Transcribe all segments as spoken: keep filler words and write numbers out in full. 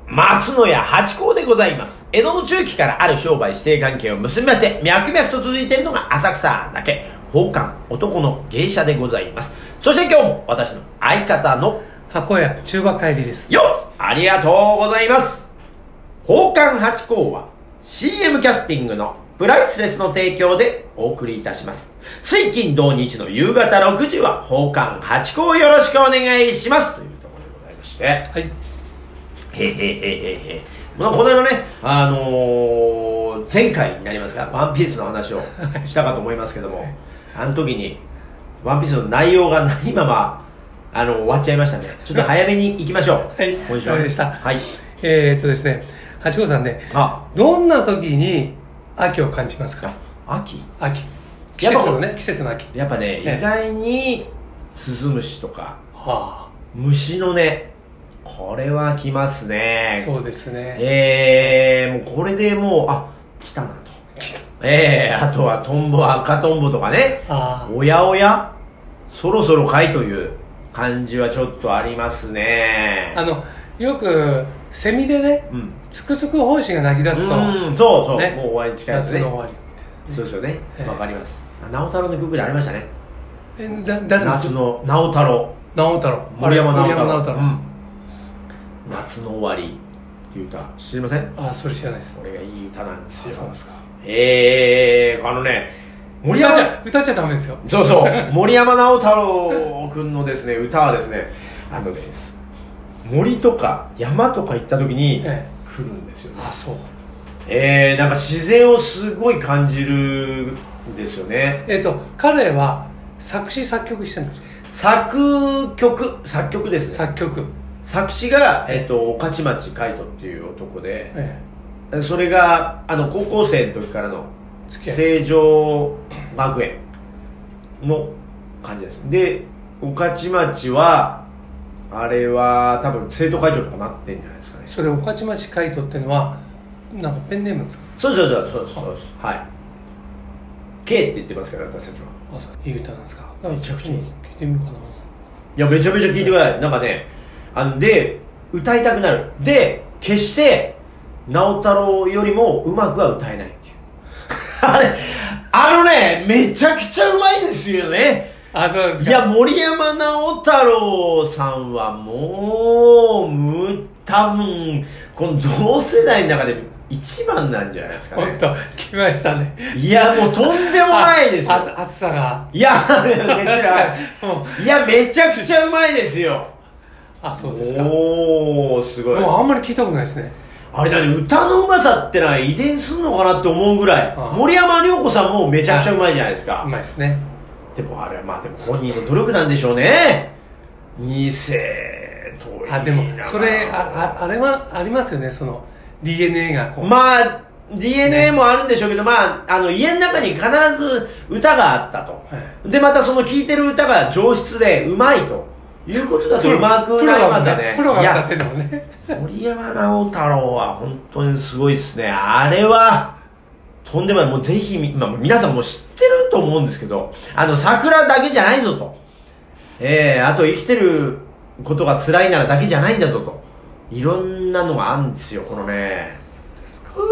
松野屋八甲でございます。江戸の中期からある商売指定関係を結びまして、脈々と続いているのが浅草だけ、宝冠男の芸者でございます。そして今日も私の相方の箱屋中馬帰りです。 よっありがとうございます。宝冠八甲は シーエム キャスティングのプライスレスの提供でお送りいたします。水金土日の夕方ろくじは宝冠八甲をよろしくお願いしますというところでございまして、はい。へへへへへ。まあ、この間ね、あのー、前回になりますか、ワンピースの話をしたかと思いますけども、あの時に、ワンピースの内容がないまま、あの、終わっちゃいましたね。ちょっと早めに行きましょう。 はい。 今週は。 でした。 はい。 えーっとですね、八甲さんね、あどんな時に秋を感じますか？ 秋秋。季節のね、季節の秋。 やっぱね、 ええ、 意外に、スズムシとか、 はあ、 虫のね、これは来ますね。 そうですね。 えー、もうこれでもう、あ、来たなと。 来た。 えー、あとはトンボ、赤トンボとかね。 あおやおやそろそろかいという感じはちょっとありますね。 あの、よく、セミでね、うん、つくつく胞子が鳴き出すと。 うん、そうそう、 ね、 もう終わり近いですね。 夏の終わりみたいな、ね。 そうですよね。わ、えー、かります。直太郎の曲でありましたね。 え、だ、誰の夏の直太郎。 直太郎。 森山直太郎。 森山直太郎。うん、 夏の終わりっていう歌知りません？ ああ、それ知らないです。 これがいい歌なんですよ。 そうですか。 ええー、あのね、 森山歌っちゃ歌っちゃダメですよ。 そうそう、森山直太朗くんのですね歌はですね、あのね、森とか山とか行った時に来るんですよね。 ええ、あ、そう。 ええー、なんか自然をすごい感じるんですよね。 えっ、ー、と彼は作詞作曲してるんですか？ 作曲作曲ですね。 作曲。 作詞が、えー、と御徒町海人っていう男で、ええ、それがあの高校生の時からの成城学園の感じです。で御徒町はあれは多分生徒会長とかなってんじゃないですかね。 それ御徒町海人っていうのはなんかペンネームですか？ そうそうそうそうそうです。はい、 K って言ってますから私たちは。 あ、そういい歌なんですか？めちゃくちゃ聞いてみようかな。いやめちゃめちゃ聞いてください。なんかね、あので歌いたくなる。で決して直太朗よりもうまくは歌えないっていうあれあのねめちゃくちゃうまいですよね。 あ、そうですか。 いや森山直太朗さんはもうむ多分この同世代の中で一番なんじゃないですかね。 本当来ましたね。 いやもうとんでもないですよ。 あ暑さが。 いや別にいやめちゃくちゃうまいですよ。 あ、そうですか。 おおすごい。 もうあんまり聞いたことないですね。 あれだね、歌のうまさってのは遺伝するのかなって思うぐらい。 ああ、森山良子さんもめちゃくちゃうまいじゃないですか。 うまいですね。 でもあれはまあでも本人の努力なんでしょうね。に世遠いな。 あ、でもそれ あ, あ, あれはありますよね、その ディーエヌエー がこう。 まあ ディーエヌエー もあるんでしょうけど、ね、まああの家の中に必ず歌があったと、はい、でまたその聴いてる歌が上質でうまいということだとうまくなりますよね。 プロが歌ってんだもんね。 森山直太朗は本当にすごいですね。あれはとんでもない。もうぜひ、まあ、皆さんも知ってると思うんですけど、あの桜だけじゃないぞと、えー、あと生きてることが辛いならだけじゃないんだぞと、いろんなのがあるんですよ。このね、そうですか、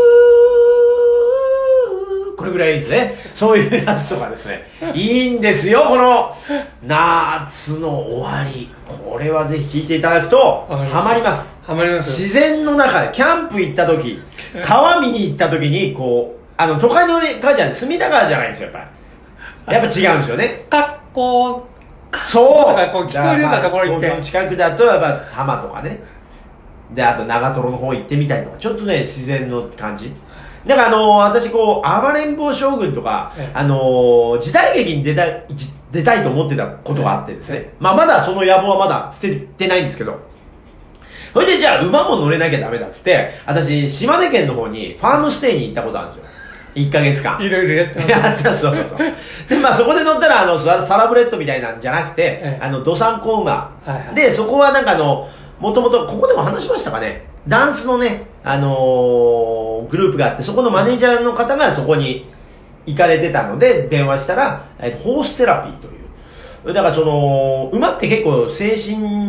これぐらいいいですね。そういうやつとかですねいいんですよ。この夏の終わり、これはぜひ聴いていただくとハマります。 ハマります。 自然の中でキャンプ行った時、川見に行った時にこうあの都会の川じゃない、隅田川じゃないんですよ。やっぱりやっぱ違うんですよね。 格好そうこう聞こえるようなところ行って、 東京の近くだとやっぱ多摩とかね、であと長瀞の方行ってみたりとか、ちょっとね自然の感じだから、あのー、私こう暴れん坊将軍とか、ええ、あのー、時代劇に出たい出たいと思ってたことがあってですね、ええ、まあまだその野望はまだ捨ててないんですけど、それでじゃあ馬も乗れなきゃダメだっつって、私島根県の方にファームステイに行ったことあるんですよ。いっかげつかんいろいろやってます。 やったそうそうそうでまあそこで乗ったらあのサラブレッドみたいなんじゃなくて、ええ、あのドサンコ馬、はいはい、でそこはなんかあのもともとここでも話しましたかね、ダンスのね、あのー、グループがあって、そこのマネージャーの方がそこに行かれてたので電話したら、えー、ホースセラピーという、だからその馬って結構精神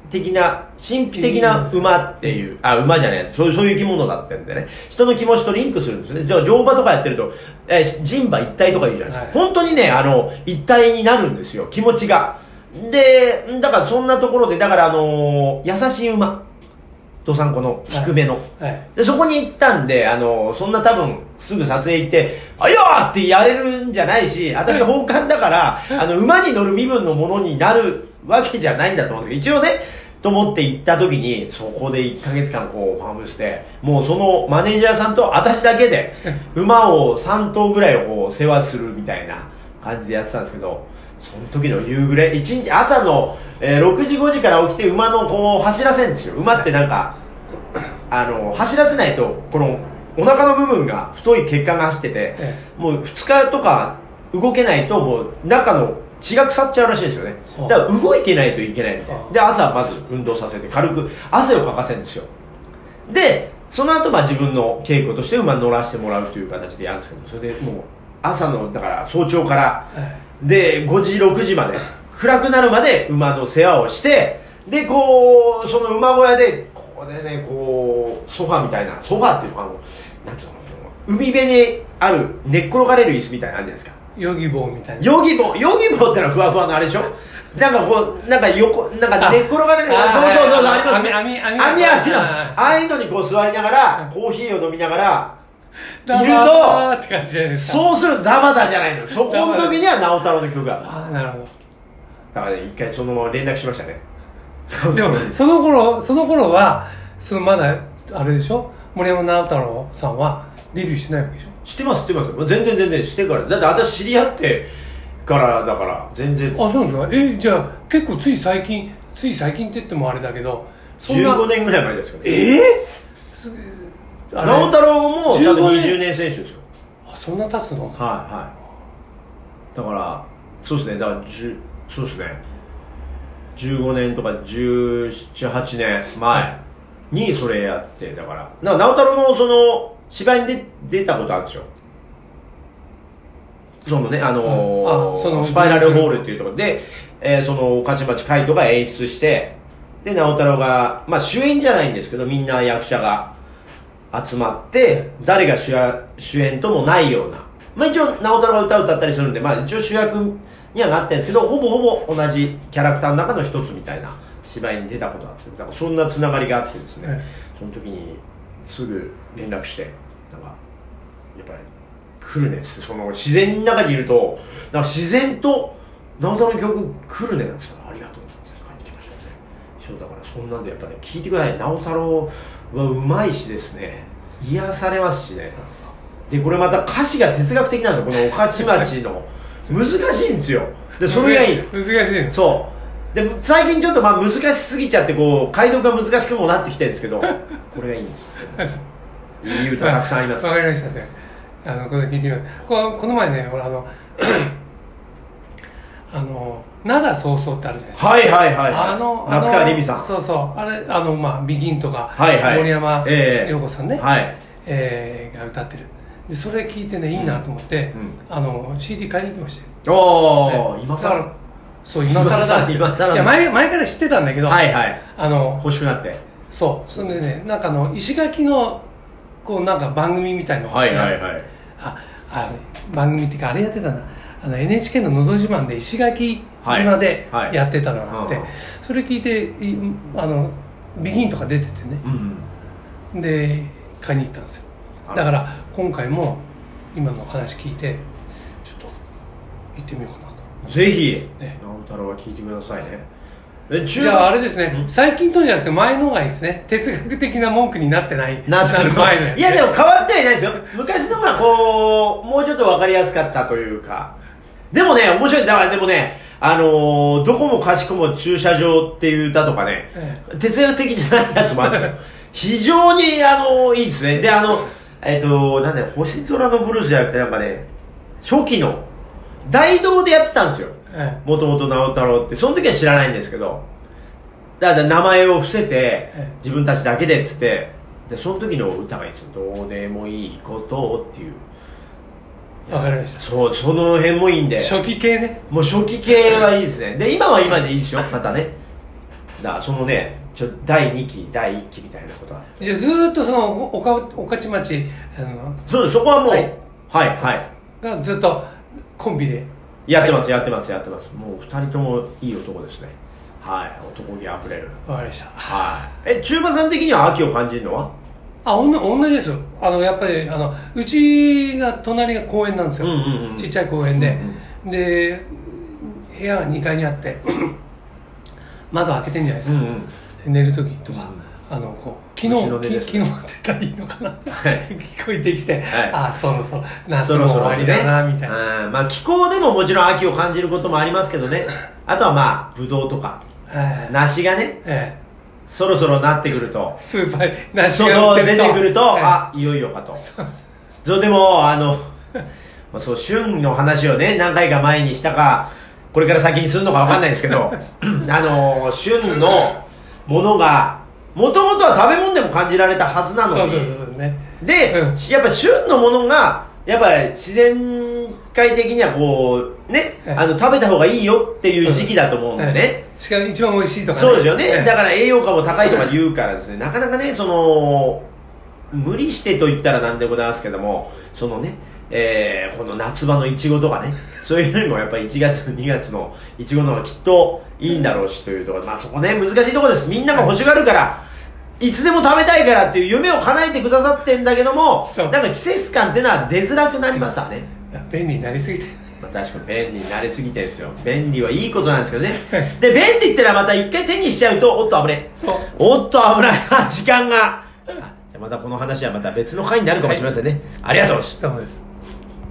的な神秘的な馬っていう、あ、馬じゃない、そういうそういう生き物だったんでね、人の気持ちとリンクするんですね。じゃあ乗馬とかやってると、えー、人馬一体とか言うじゃないですか、はい、本当にね、あの一体になるんですよ、気持ちが。でだからそんなところで、だからあのー、優しい馬、どさんこの低めの、はいはい、でそこに行ったんで、あのそんな多分すぐ撮影行って「あいやー!」ってやれるんじゃないし、私奉還だからあの馬に乗る身分のものになるわけじゃないんだと思うんですけど、一応ねと思って行った時に、そこでいっかげつかんこうファームして、もうそのマネージャーさんと私だけで馬をさん頭ぐらいをこう世話するみたいな感じでやってたんですけど、その時の夕暮れ、一日朝の、えー、ろくじごじから起きて馬のこう走らせるんですよ。馬ってなんかあの走らせないとこのお腹の部分が太い血管が走ってて、ええ、もうふつかとか動けないともう中の血が腐っちゃうらしいんですよね。だから動いてないといけないみたいな。で朝まず運動させて軽く汗をかかせるんですよ。でその後まあ自分の稽古として馬に乗らせてもらうという形でやるんですけど、それでもう朝のだから早朝から、でごじろくじまで暗くなるまで馬の世話をして、でこうその馬小屋でここでねこうソファみたいな、ソファっていうのはあのなんていうの、海辺にある寝っ転がれる椅子みたいなのあるじゃないですか。 ヨギボーみたいな。 ヨギボー、ヨギボーってのはふわふわのあれでしょ。なんかこうなんか横なんか寝っ転がれる、そうそうそうそうありますね。網網網網網のああいうのにこう座りながらコーヒーを飲みながらいると、 って感じじゃないですか。 そうするとダバダじゃないの。そこの時には直太朗の曲が。 ああなるほど。 だからね一回そのまま連絡しましたね。 でもその頃その頃はそのまだあれでしょ、森山直太朗さんはデビューしてないわけでしょ。 知ってます知ってます。全然全然してから。だって私知り合ってからだから全然。 あ、そうなんですか。えじゃあ結構つい最近つい最近って言ってもあれだけど、 そんなじゅうごねんぐらい前ですかね。 ええー、直太朗も多分にじゅうねん選手ですよ。 あ、そんな経つの。 はいはい。だからそうですね、だからそうですねじゅうごねんとかじゅうなな、はちねんまえにそれやって、だからなんか直太朗のその芝居に出出たことあるでしょ。そのね、あのー、あそのスパイラルホールっていうところで、えー、その御徒町海斗が演出して、で直太朗が、まあ、主演じゃないんですけど、みんな役者が集まって誰が 主, 主演ともないような、まあ、一応直太朗が歌を歌ったりするんで、まあ、一応主役にはなってるんですけど、ほぼほぼ同じキャラクターの中の一つみたいな芝居に出たことがあって、だからそんなつながりがあってですね、はい、その時にすぐ連絡して、なんかやっぱり来るねっつって、その自然の中にいるとなんか自然と直太朗の曲来るねなんですよ。ありがとうって帰ってきましたね。そうだからそんなんでやっぱね、聞いてください。直太朗はうまいしですね、癒されますしね。でこれまた歌詞が哲学的なんですよ、この御徒町の難しいんですよ。でそれがいい難しいの。 そうで最近ちょっとまあ難しすぎちゃってこう解読が難しくもなってきてるんですけど、これがいいんですいい歌たくさんあります。 わかりましたね。あのこれ聞いてみよう。ここの前ね、俺あのあの灘そうそうってあるじゃないですか。 はいはいはい、 あの夏川りみさん。 そうそうあれあのまあビギンとか、 はいはい、 森山良子さんね、 えー、はい、 えー、が歌ってる。でそれ聞いてねいいなと思って、うん、あの シーディー 買いに行きましたよ。 おお、ね、今更。 そう今更なんですけど、いや 前, 前から知ってたんだけど、 はいはい、 あの欲しくなって、 そうそれでね、なんかあの石垣のこうなんか番組みたいなのが、はいはいはい、 ああ番組っていうかあれやってたな、あの エヌエイチケー ののど自慢で石垣島でやってたのがあって、はいはい、それ聞いてあのビギンとか出ててね、うん、で買いに行ったんですよ。だから今回も今の話聞いてちょっと行ってみようかなと。 ぜひ、ね、直太朗は聞いてくださいね。 えじゃああれですね、最近とじゃなくて前のがいいですね。哲学的な文句になってないなってる前のやつ、ね、いやでも変わってはいないですよ。昔のがこうもうちょっと分かりやすかったというか。でもね面白い。だからでもね、あのー、どこもかしこも駐車場っていう歌とかね、ええ、哲学的じゃないやつもあるんですよ。非常にあのー、いいですね。であのえっとなんだよ、星空のブルースじゃなくてなんかね、初期の大道でやってたんですよ。もともと直太朗って、その時は知らないんですけど、だから名前を伏せて自分たちだけでっつって、でその時の歌がいいんですよ。どうでもいいことをっていう。 わかりました。 そう、その辺もいいんで。 初期系ね。 もう初期系はいいですね。で今は今でいいですよ、またね。 だからそのねちょだいにきだいいっきみたいなことはじゃあずーっとそのおか御徒町あのそうですそこはもう、はい、はいはいがずっとコンビでやってますやってますやってます。もうふたりともいい男ですね。はい男気あふれる。 わかりました。 はいえ中馬さん的には秋を感じるのはあおんな同じですよ。あのやっぱりあのうちが隣が公園なんですよ、 うんうんうん、 ちっちゃい公園で、 うんうん、 で部屋がにかいにあって窓開けてんじゃないですか、うんうん、寝る時とか、うん、あのこう昨日、ね、昨日って言ったらいいのかな、はい、聞こえてきて、はい、ああそろそろ夏も終わりだな、ね、みたいな。 あまあ気候でももちろん秋を感じることもありますけどねあとはまあブドウとか、はい、梨がね、ええ、そろそろなってくるとスーパーに梨が売ってるとそうそう出てくると、 はい、 あいよいよかとそうでもあのそう旬の話をね何回か前にしたかこれから先にするのか分かんないですけどあの旬のものがもともとは食べ物でも感じられたはずなのにそうそうそうそう、ね、 で、うん、やっぱ旬のものがやっぱり自然界的にはこうね、はい、あの食べた方がいいよっていう時期だと思うんでね、はい、 しかも一番美味しいとか、ね、 そうですよね、はい、だから栄養価も高いとか言うからですねなかなかねその無理してと言ったらなんでございますけどもそのねえー、この夏場のいちごとかねそういうよりもやっぱりいちがつにがつのいちごの方がきっといいんだろうしというところまあそこね難しいところですみんなが欲しがるからいつでも食べたいからっていう夢を叶えてくださってんだけどもなんか季節感っていうのは出づらくなりますわねいや便利になりすぎてまあ、確かに便利になりすぎてるんですよ便利はいいことなんですけどねで便利ってのはまた一回手にしちゃうとおっと危ねそうおっと危ない時間がまたこの話はまた別の回になるかもしれませんね、はい、ありがとうございます。 どうもです。